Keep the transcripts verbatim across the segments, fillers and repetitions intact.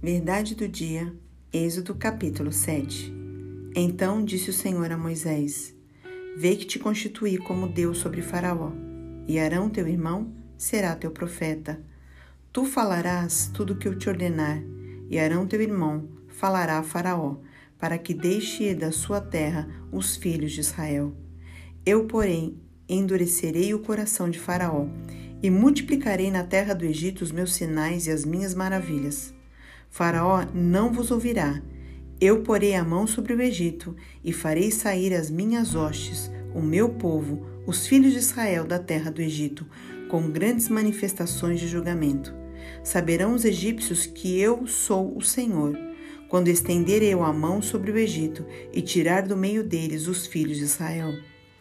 Verdade do dia, Êxodo capítulo sete. Então disse o Senhor a Moisés: Vê que te constituí como Deus sobre Faraó, e Arão teu irmão será teu profeta. Tu falarás tudo o que eu te ordenar, e Arão teu irmão falará a Faraó, para que deixe ir da sua terra os filhos de Israel. Eu, porém, endurecerei o coração de Faraó, e multiplicarei na terra do Egito os meus sinais e as minhas maravilhas. Faraó não vos ouvirá. Eu porei a mão sobre o Egito e farei sair as minhas hostes, o meu povo, os filhos de Israel da terra do Egito, com grandes manifestações de julgamento. Saberão os egípcios que eu sou o Senhor, quando estender eu a mão sobre o Egito e tirar do meio deles os filhos de Israel.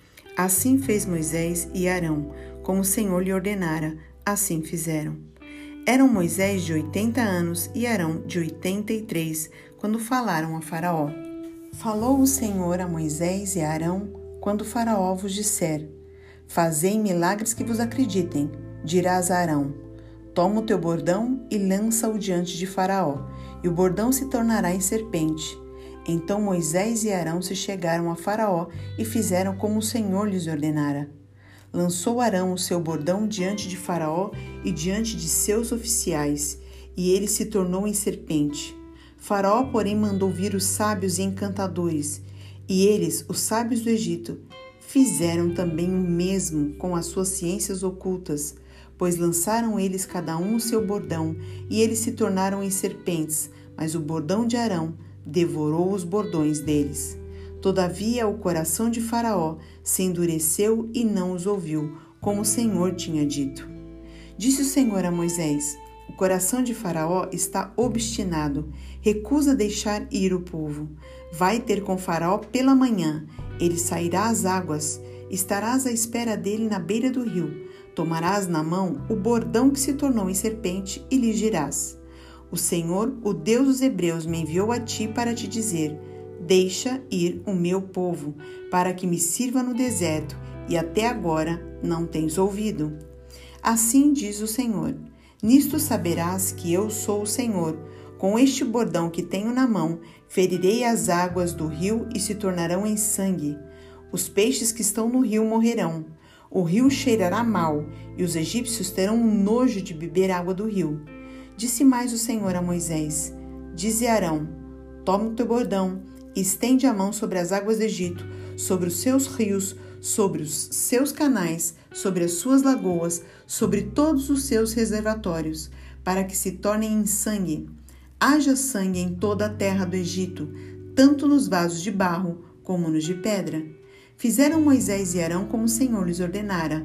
Assim fez Moisés e Arão, como o Senhor lhe ordenara, assim fizeram. Eram Moisés de oitenta anos e Arão de oitenta e três, quando falaram a Faraó. Falou o Senhor a Moisés e a Arão, quando Faraó vos disser: Fazei milagres que vos acreditem. Dirás a Arão: Toma o teu bordão e lança-o diante de Faraó, e o bordão se tornará em serpente. Então Moisés e Arão se chegaram a Faraó e fizeram como o Senhor lhes ordenara. Lançou Arão o seu bordão diante de Faraó e diante de seus oficiais, e ele se tornou em serpente. Faraó, porém, mandou vir os sábios e encantadores, e eles, os sábios do Egito, fizeram também o mesmo com as suas ciências ocultas, pois lançaram eles cada um o seu bordão, e eles se tornaram em serpentes, mas o bordão de Arão devorou os bordões deles. Todavia o coração de Faraó se endureceu e não os ouviu, como o Senhor tinha dito. Disse o Senhor a Moisés: O coração de Faraó está obstinado, recusa deixar ir o povo. Vai ter com Faraó pela manhã, ele sairá às águas, estarás à espera dele na beira do rio. Tomarás na mão o bordão que se tornou em serpente e lhe dirás: O Senhor, o Deus dos hebreus, me enviou a ti para te dizer: Deixa ir o meu povo, para que me sirva no deserto, e até agora não tens ouvido. Assim diz o Senhor: Nisto saberás que eu sou o Senhor. Com este bordão que tenho na mão, ferirei as águas do rio e se tornarão em sangue. Os peixes que estão no rio morrerão. O rio cheirará mal, e os egípcios terão um nojo de beber água do rio. Disse mais o Senhor a Moisés: Dize a Arão: Toma o teu bordão, estende a mão sobre as águas do Egito, sobre os seus rios, sobre os seus canais, sobre as suas lagoas, sobre todos os seus reservatórios, para que se tornem em sangue. Haja sangue em toda a terra do Egito, tanto nos vasos de barro como nos de pedra. Fizeram Moisés e Arão como o Senhor lhes ordenara.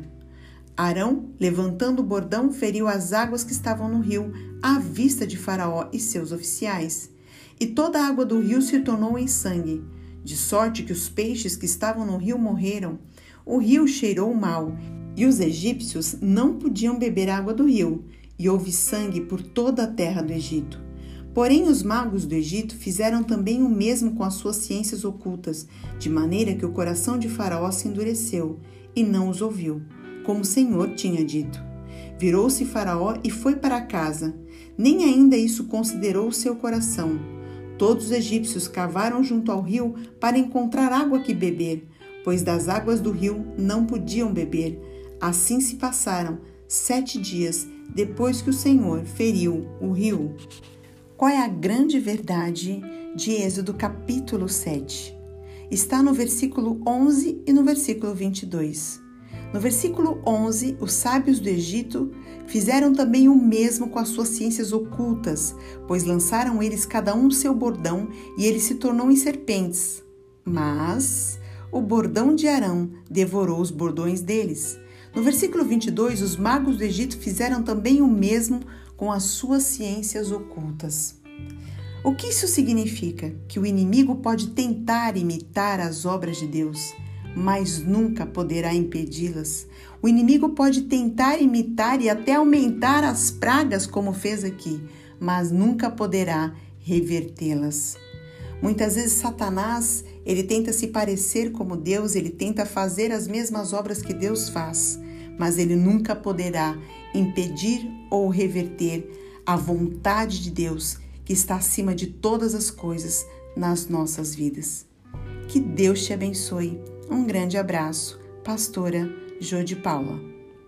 Arão, levantando o bordão, feriu as águas que estavam no rio, à vista de Faraó e seus oficiais. E toda a água do rio se tornou em sangue, de sorte que os peixes que estavam no rio morreram. O rio cheirou mal, e os egípcios não podiam beber água do rio, e houve sangue por toda a terra do Egito. Porém, os magos do Egito fizeram também o mesmo com as suas ciências ocultas, de maneira que o coração de Faraó se endureceu, e não os ouviu, como o Senhor tinha dito. Virou-se Faraó e foi para casa. Nem ainda isso considerou o seu coração. Todos os egípcios cavaram junto ao rio para encontrar água que beber, pois das águas do rio não podiam beber. Assim se passaram sete dias depois que o Senhor feriu o rio. Qual é a grande verdade de Êxodo capítulo sete? Está no versículo onze e no versículo vinte e dois. No versículo onze, os sábios do Egito fizeram também o mesmo com as suas ciências ocultas, pois lançaram eles cada um o seu bordão e ele se tornou em serpentes. Mas o bordão de Arão devorou os bordões deles. No versículo vinte e dois, os magos do Egito fizeram também o mesmo com as suas ciências ocultas. O que isso significa? Que o inimigo pode tentar imitar as obras de Deus, mas nunca poderá impedi-las. O inimigo pode tentar imitar e até aumentar as pragas, como fez aqui, mas nunca poderá revertê-las. Muitas vezes Satanás, ele tenta se parecer como Deus, ele tenta fazer as mesmas obras que Deus faz, mas ele nunca poderá impedir ou reverter a vontade de Deus, que está acima de todas as coisas nas nossas vidas. Que Deus te abençoe. Um grande abraço. Pastora Jô de Paula.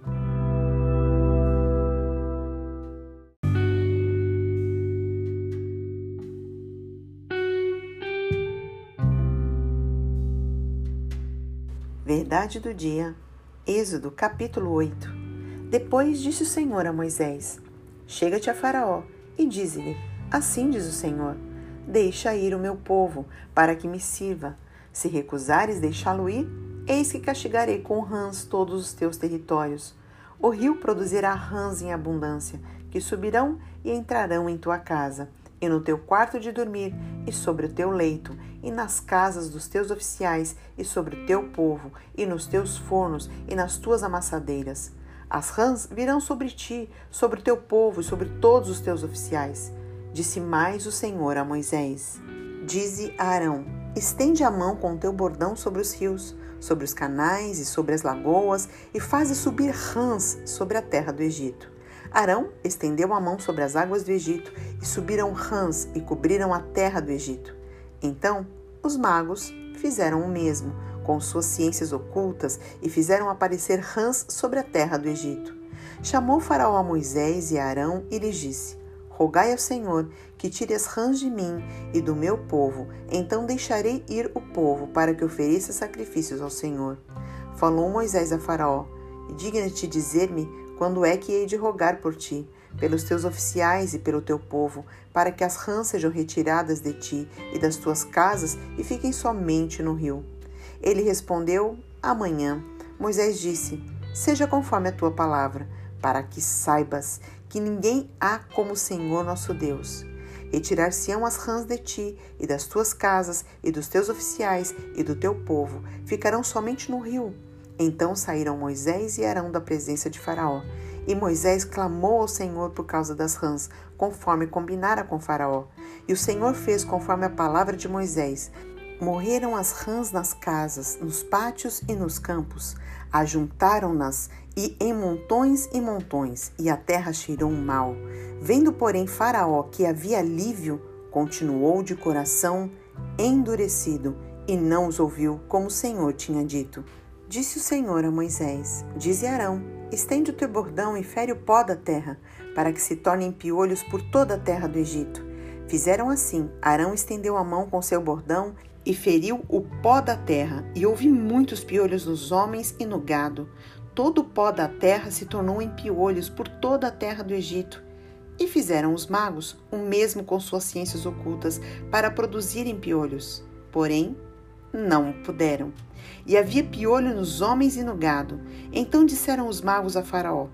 Verdade do dia, Êxodo capítulo oito. Depois disse o Senhor a Moisés: Chega-te a Faraó e dize-lhe: Assim diz o Senhor: Deixa ir o meu povo, para que me sirva. Se recusares deixá-lo ir, eis que castigarei com rãs todos os teus territórios. O rio produzirá rãs em abundância, que subirão e entrarão em tua casa, e no teu quarto de dormir, e sobre o teu leito, e nas casas dos teus oficiais, e sobre o teu povo, e nos teus fornos, e nas tuas amassadeiras. As rãs virão sobre ti, sobre o teu povo, e sobre todos os teus oficiais. Disse mais o Senhor a Moisés: Dize a Arão: Estende a mão com o teu bordão sobre os rios, sobre os canais e sobre as lagoas, e faze subir rãs sobre a terra do Egito. Arão estendeu a mão sobre as águas do Egito, e subiram rãs e cobriram a terra do Egito. Então os magos fizeram o mesmo, com suas ciências ocultas, e fizeram aparecer rãs sobre a terra do Egito. Chamou Faraó a Moisés e a Arão e lhes disse: Rogai ao Senhor que tire as rãs de mim e do meu povo, então deixarei ir o povo para que ofereça sacrifícios ao Senhor. Falou Moisés a Faraó: Digna-te dizer-me quando é que hei de rogar por ti, pelos teus oficiais e pelo teu povo, para que as rãs sejam retiradas de ti e das tuas casas e fiquem somente no rio. Ele respondeu: Amanhã. Moisés disse: Seja conforme a tua palavra, para que saibas que ninguém há como o Senhor nosso Deus. Retirar-se-ão as rãs de ti e das tuas casas e dos teus oficiais e do teu povo, ficarão somente no rio. Então saíram Moisés e Arão da presença de Faraó. E Moisés clamou ao Senhor por causa das rãs, conforme combinara com Faraó. E o Senhor fez conforme a palavra de Moisés. Morreram as rãs nas casas, nos pátios e nos campos. Ajuntaram-nas e em montões e montões, e a terra cheirou mal. Vendo, porém, Faraó que havia alívio, continuou de coração endurecido e não os ouviu, como o Senhor tinha dito. Disse o Senhor a Moisés: Dize a Arão: Estende o teu bordão e fere o pó da terra, para que se tornem piolhos por toda a terra do Egito. Fizeram assim. Arão estendeu a mão com seu bordão e feriu o pó da terra, e houve muitos piolhos nos homens e no gado. Todo o pó da terra se tornou em piolhos por toda a terra do Egito. E fizeram os magos o mesmo com suas ciências ocultas para produzirem piolhos. Porém, não puderam. E havia piolho nos homens e no gado. Então disseram os magos a Faraó: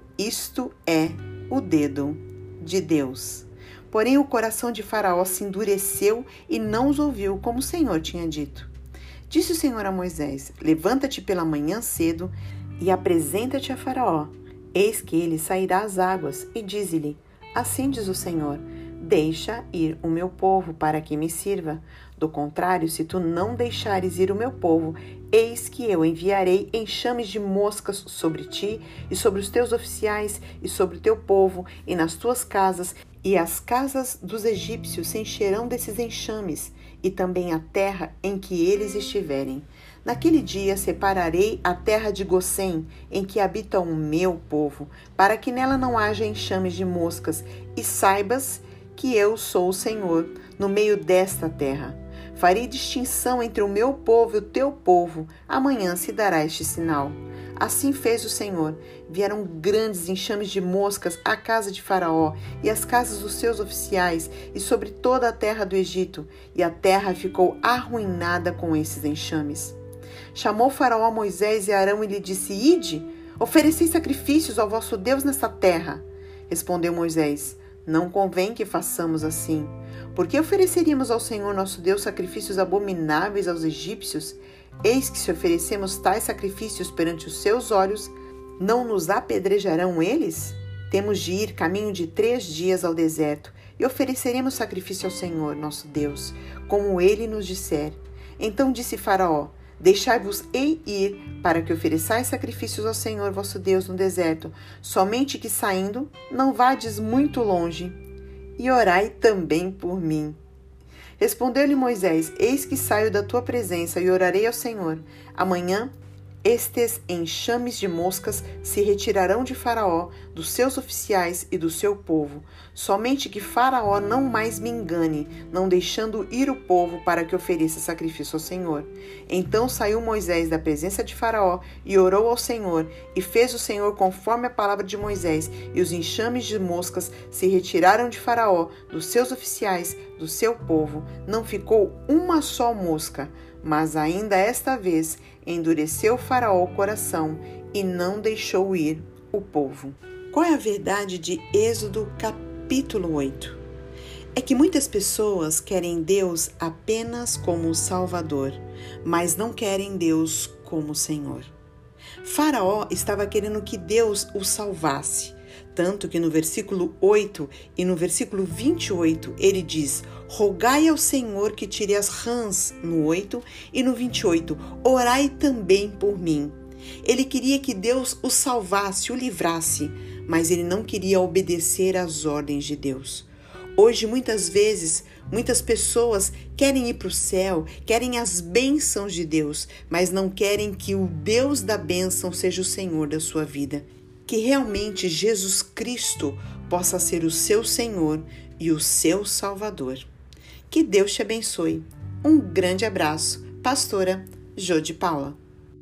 Isto é o dedo de Deus. Porém o coração de Faraó se endureceu e não os ouviu, como o Senhor tinha dito. Disse o Senhor a Moisés: Levanta-te pela manhã cedo e apresenta-te a Faraó. Eis que ele sairá às águas, e dize-lhe: Assim diz o Senhor: Deixa ir o meu povo para que me sirva. Do contrário, se tu não deixares ir o meu povo, eis que eu enviarei enxames de moscas sobre ti e sobre os teus oficiais e sobre o teu povo e nas tuas casas, e as casas dos egípcios se encherão desses enxames, e também a terra em que eles estiverem. Naquele dia separarei a terra de Gosém, em que habita o meu povo, para que nela não haja enxames de moscas, e saibas que eu sou o Senhor no meio desta terra. Farei distinção entre o meu povo e o teu povo. Amanhã se dará este sinal. Assim fez o Senhor. Vieram grandes enxames de moscas à casa de Faraó e às casas dos seus oficiais e sobre toda a terra do Egito, e a terra ficou arruinada com esses enxames. Chamou Faraó a Moisés e Arão e lhe disse: Ide, oferecei sacrifícios ao vosso Deus nesta terra. Respondeu Moisés: Não convém que façamos assim. Por que ofereceríamos ao Senhor nosso Deus sacrifícios abomináveis aos egípcios? Eis que se oferecemos tais sacrifícios perante os seus olhos, não nos apedrejarão eles? Temos de ir caminho de três dias ao deserto, e ofereceremos sacrifício ao Senhor nosso Deus, como ele nos disser. Então disse Faraó: Deixai-vos ei ir, para que ofereçais sacrifícios ao Senhor vosso Deus no deserto, somente que saindo não vades muito longe. e orai também por mim. Respondeu-lhe Moisés: Eis que saio da tua presença e orarei ao Senhor. Amanhã estes enxames de moscas se retirarão de Faraó, dos seus oficiais e do seu povo. Somente que Faraó não mais me engane, não deixando ir o povo para que ofereça sacrifício ao Senhor. Então saiu Moisés da presença de Faraó e orou ao Senhor, e fez o Senhor conforme a palavra de Moisés, e os enxames de moscas se retiraram de Faraó, dos seus oficiais, do seu povo. Não ficou uma só mosca. Mas ainda esta vez endureceu Faraó o coração e não deixou ir o povo. Qual é a verdade de Êxodo capítulo oito? É que muitas pessoas querem Deus apenas como Salvador, mas não querem Deus como Senhor. Faraó estava querendo que Deus o salvasse, tanto que no versículo oito e no versículo vinte e oito ele diz: rogai ao Senhor que tire as rãs, no oito, e no vinte e oito, orai também por mim. Ele queria que Deus o salvasse, o livrasse, mas ele não queria obedecer às ordens de Deus. Hoje, muitas vezes, muitas pessoas querem ir para o céu, querem as bênçãos de Deus, mas não querem que o Deus da bênção seja o Senhor da sua vida. Que realmente Jesus Cristo possa ser o seu Senhor e o seu Salvador. Que Deus te abençoe. Um grande abraço. Pastora Jô de Paula.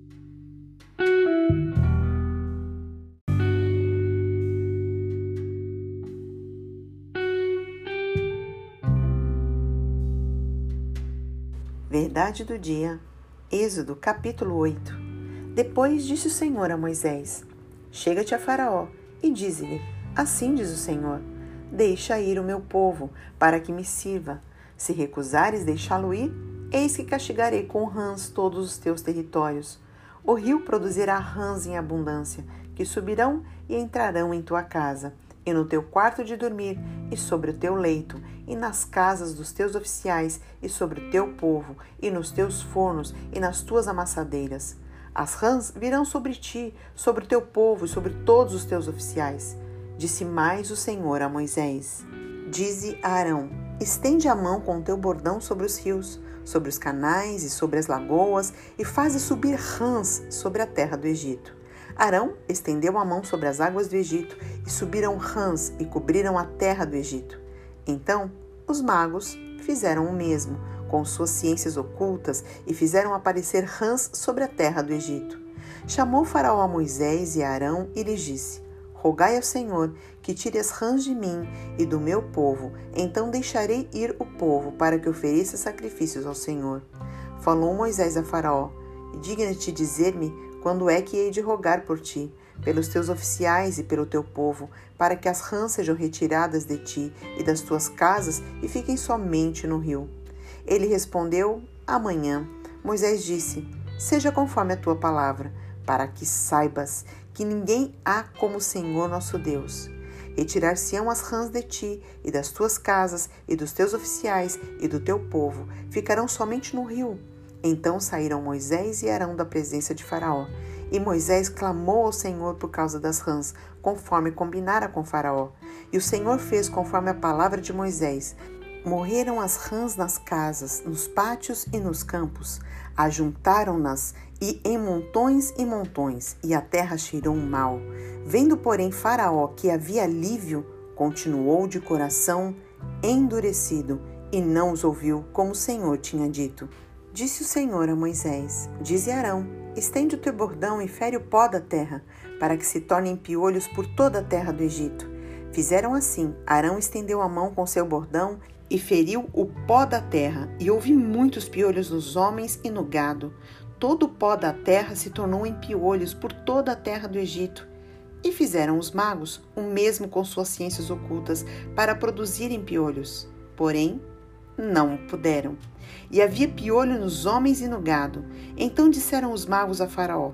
Verdade do dia, Êxodo capítulo oito. Depois disse o Senhor a Moisés: chega-te a Faraó e dize-lhe: assim diz o Senhor, deixa ir o meu povo, para que me sirva. Se recusares deixá-lo ir, eis que castigarei com rãs todos os teus territórios. O rio produzirá rãs em abundância, que subirão e entrarão em tua casa, e no teu quarto de dormir, e sobre o teu leito, e nas casas dos teus oficiais, e sobre o teu povo, e nos teus fornos, e nas tuas amassadeiras. As rãs virão sobre ti, sobre o teu povo e sobre todos os teus oficiais. Disse mais o Senhor a Moisés: dize a Arão: estende a mão com o teu bordão sobre os rios, sobre os canais e sobre as lagoas, e faze subir rãs sobre a terra do Egito. Arão estendeu a mão sobre as águas do Egito, e subiram rãs e cobriram a terra do Egito. Então os magos fizeram o mesmo, com suas ciências ocultas, e fizeram aparecer rãs sobre a terra do Egito. Chamou Faraó a Moisés e a Arão e lhes disse: rogai ao Senhor que tire as rãs de mim e do meu povo, então deixarei ir o povo para que ofereça sacrifícios ao Senhor. Falou Moisés a Faraó: digna-te dizer-me quando é que hei de rogar por ti, pelos teus oficiais e pelo teu povo, para que as rãs sejam retiradas de ti e das tuas casas e fiquem somente no rio. Ele respondeu: amanhã. Moisés disse: seja conforme a tua palavra, para que saibas que ninguém há como o Senhor nosso Deus. Retirar-se-ão as rãs de ti e das tuas casas e dos teus oficiais e do teu povo, ficarão somente no rio. Então saíram Moisés e Arão da presença de Faraó, e Moisés clamou ao Senhor por causa das rãs, conforme combinara com Faraó. E o Senhor fez conforme a palavra de Moisés. Morreram as rãs nas casas, nos pátios e nos campos. Ajuntaram-nas e em montões e montões, e a terra cheirou mal. Vendo, porém, Faraó que havia alívio, continuou de coração endurecido, e não os ouviu, como o Senhor tinha dito. Disse o Senhor a Moisés: dize a Arão: estende o teu bordão e fere o pó da terra, para que se tornem piolhos por toda a terra do Egito. Fizeram assim. Arão estendeu a mão com seu bordão e feriu o pó da terra, e houve muitos piolhos nos homens e no gado. Todo o pó da terra se tornou em piolhos por toda a terra do Egito. E fizeram os magos o mesmo com suas ciências ocultas para produzirem piolhos. Porém, não puderam. E havia piolho nos homens e no gado. Então disseram os magos a Faraó: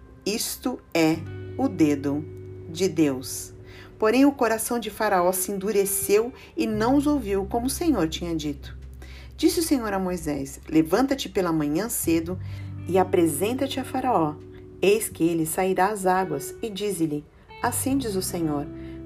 isto é o dedo de Deus. Porém o coração de Faraó se endureceu e não os ouviu, como o Senhor tinha dito. Disse o Senhor a Moisés: levanta-te pela manhã cedo e apresenta-te a Faraó. Eis que ele sairá às águas, e dize-lhe: assim diz o Senhor: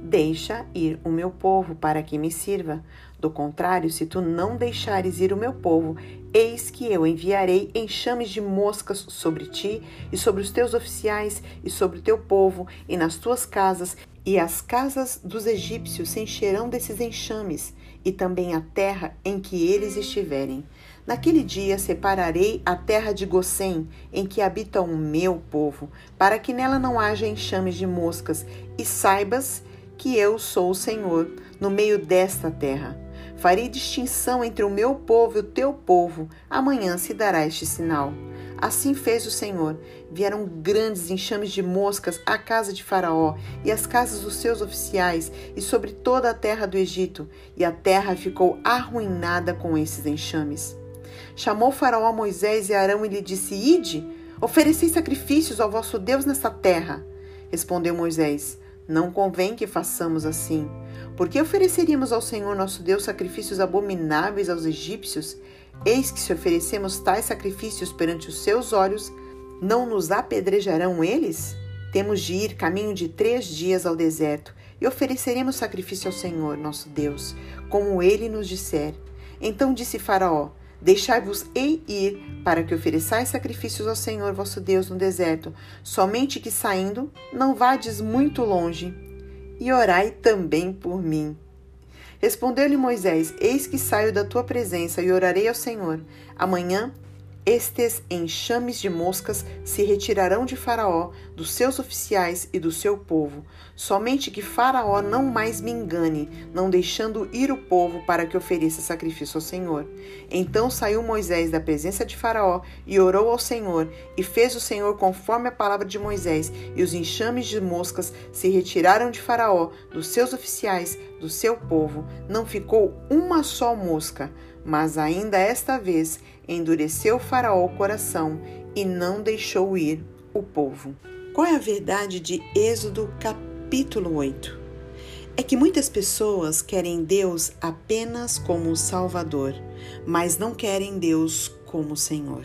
deixa ir o meu povo para que me sirva. Do contrário, se tu não deixares ir o meu povo, eis que eu enviarei enxames de moscas sobre ti e sobre os teus oficiais e sobre o teu povo e nas tuas casas, e as casas dos egípcios se encherão desses enxames, e também a terra em que eles estiverem. Naquele dia separarei a terra de Gosém, em que habita o meu povo, para que nela não haja enxames de moscas, e saibas que eu sou o Senhor no meio desta terra. Farei distinção entre o meu povo e o teu povo. Amanhã se dará este sinal. Assim fez o Senhor. Vieram grandes enxames de moscas à casa de Faraó e às casas dos seus oficiais e sobre toda a terra do Egito, e a terra ficou arruinada com esses enxames. Chamou Faraó a Moisés e Arão e lhe disse: Ide, oferecei sacrifícios ao vosso Deus nesta terra. Respondeu Moisés: Não convém que façamos assim. Por que ofereceríamos ao Senhor nosso Deus sacrifícios abomináveis aos egípcios? Eis que se oferecemos tais sacrifícios perante os seus olhos, não nos apedrejarão eles? Temos de ir caminho de três dias ao deserto e ofereceremos sacrifício ao Senhor nosso Deus, como ele nos disser. Então disse Faraó: Deixai-vos ei ir, para que ofereçais sacrifícios ao Senhor vosso Deus no deserto, somente que saindo não vades muito longe, e orai também por mim. Respondeu-lhe Moisés: Eis que saio da tua presença e orarei ao Senhor. Amanhã estes enxames de moscas se retirarão de Faraó, dos seus oficiais e do seu povo, somente que Faraó não mais me engane, não deixando ir o povo para que ofereça sacrifício ao Senhor. Então saiu Moisés da presença de Faraó e orou ao Senhor, e fez o Senhor conforme a palavra de Moisés, e os enxames de moscas se retiraram de Faraó, dos seus oficiais, do seu povo. Não ficou uma só mosca. Mas ainda esta vez endureceu Faraó o coração e não deixou ir o povo. Qual é a verdade de Êxodo capítulo oito? É que muitas pessoas querem Deus apenas como Salvador, mas não querem Deus como Senhor.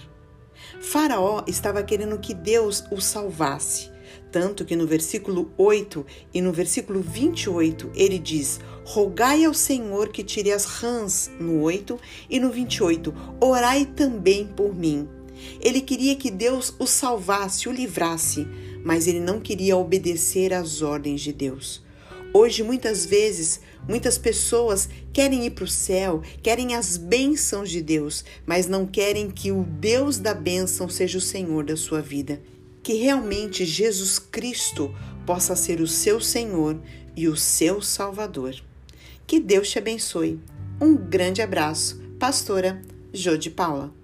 Faraó estava querendo que Deus o salvasse, tanto que no versículo oito e no versículo vinte e oito ele diz: Rogai ao Senhor que tire as rãs, no oito, e no vinte e oito, orai também por mim. Ele queria que Deus o salvasse, o livrasse, mas ele não queria obedecer às ordens de Deus. Hoje, muitas vezes, muitas pessoas querem ir para o céu, querem as bênçãos de Deus, mas não querem que o Deus da bênção seja o Senhor da sua vida. Que realmente Jesus Cristo possa ser o seu Senhor e o seu Salvador. Que Deus te abençoe. Um grande abraço. Pastora Jô de Paula.